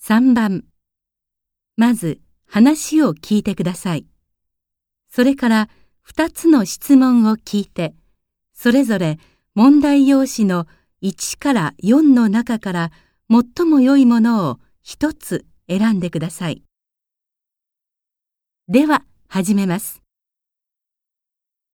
3番、まず話を聞いてください。それから2つの質問を聞いて、それぞれ問題用紙の1から4の中から最も良いものを1つ選んでください。では始めます。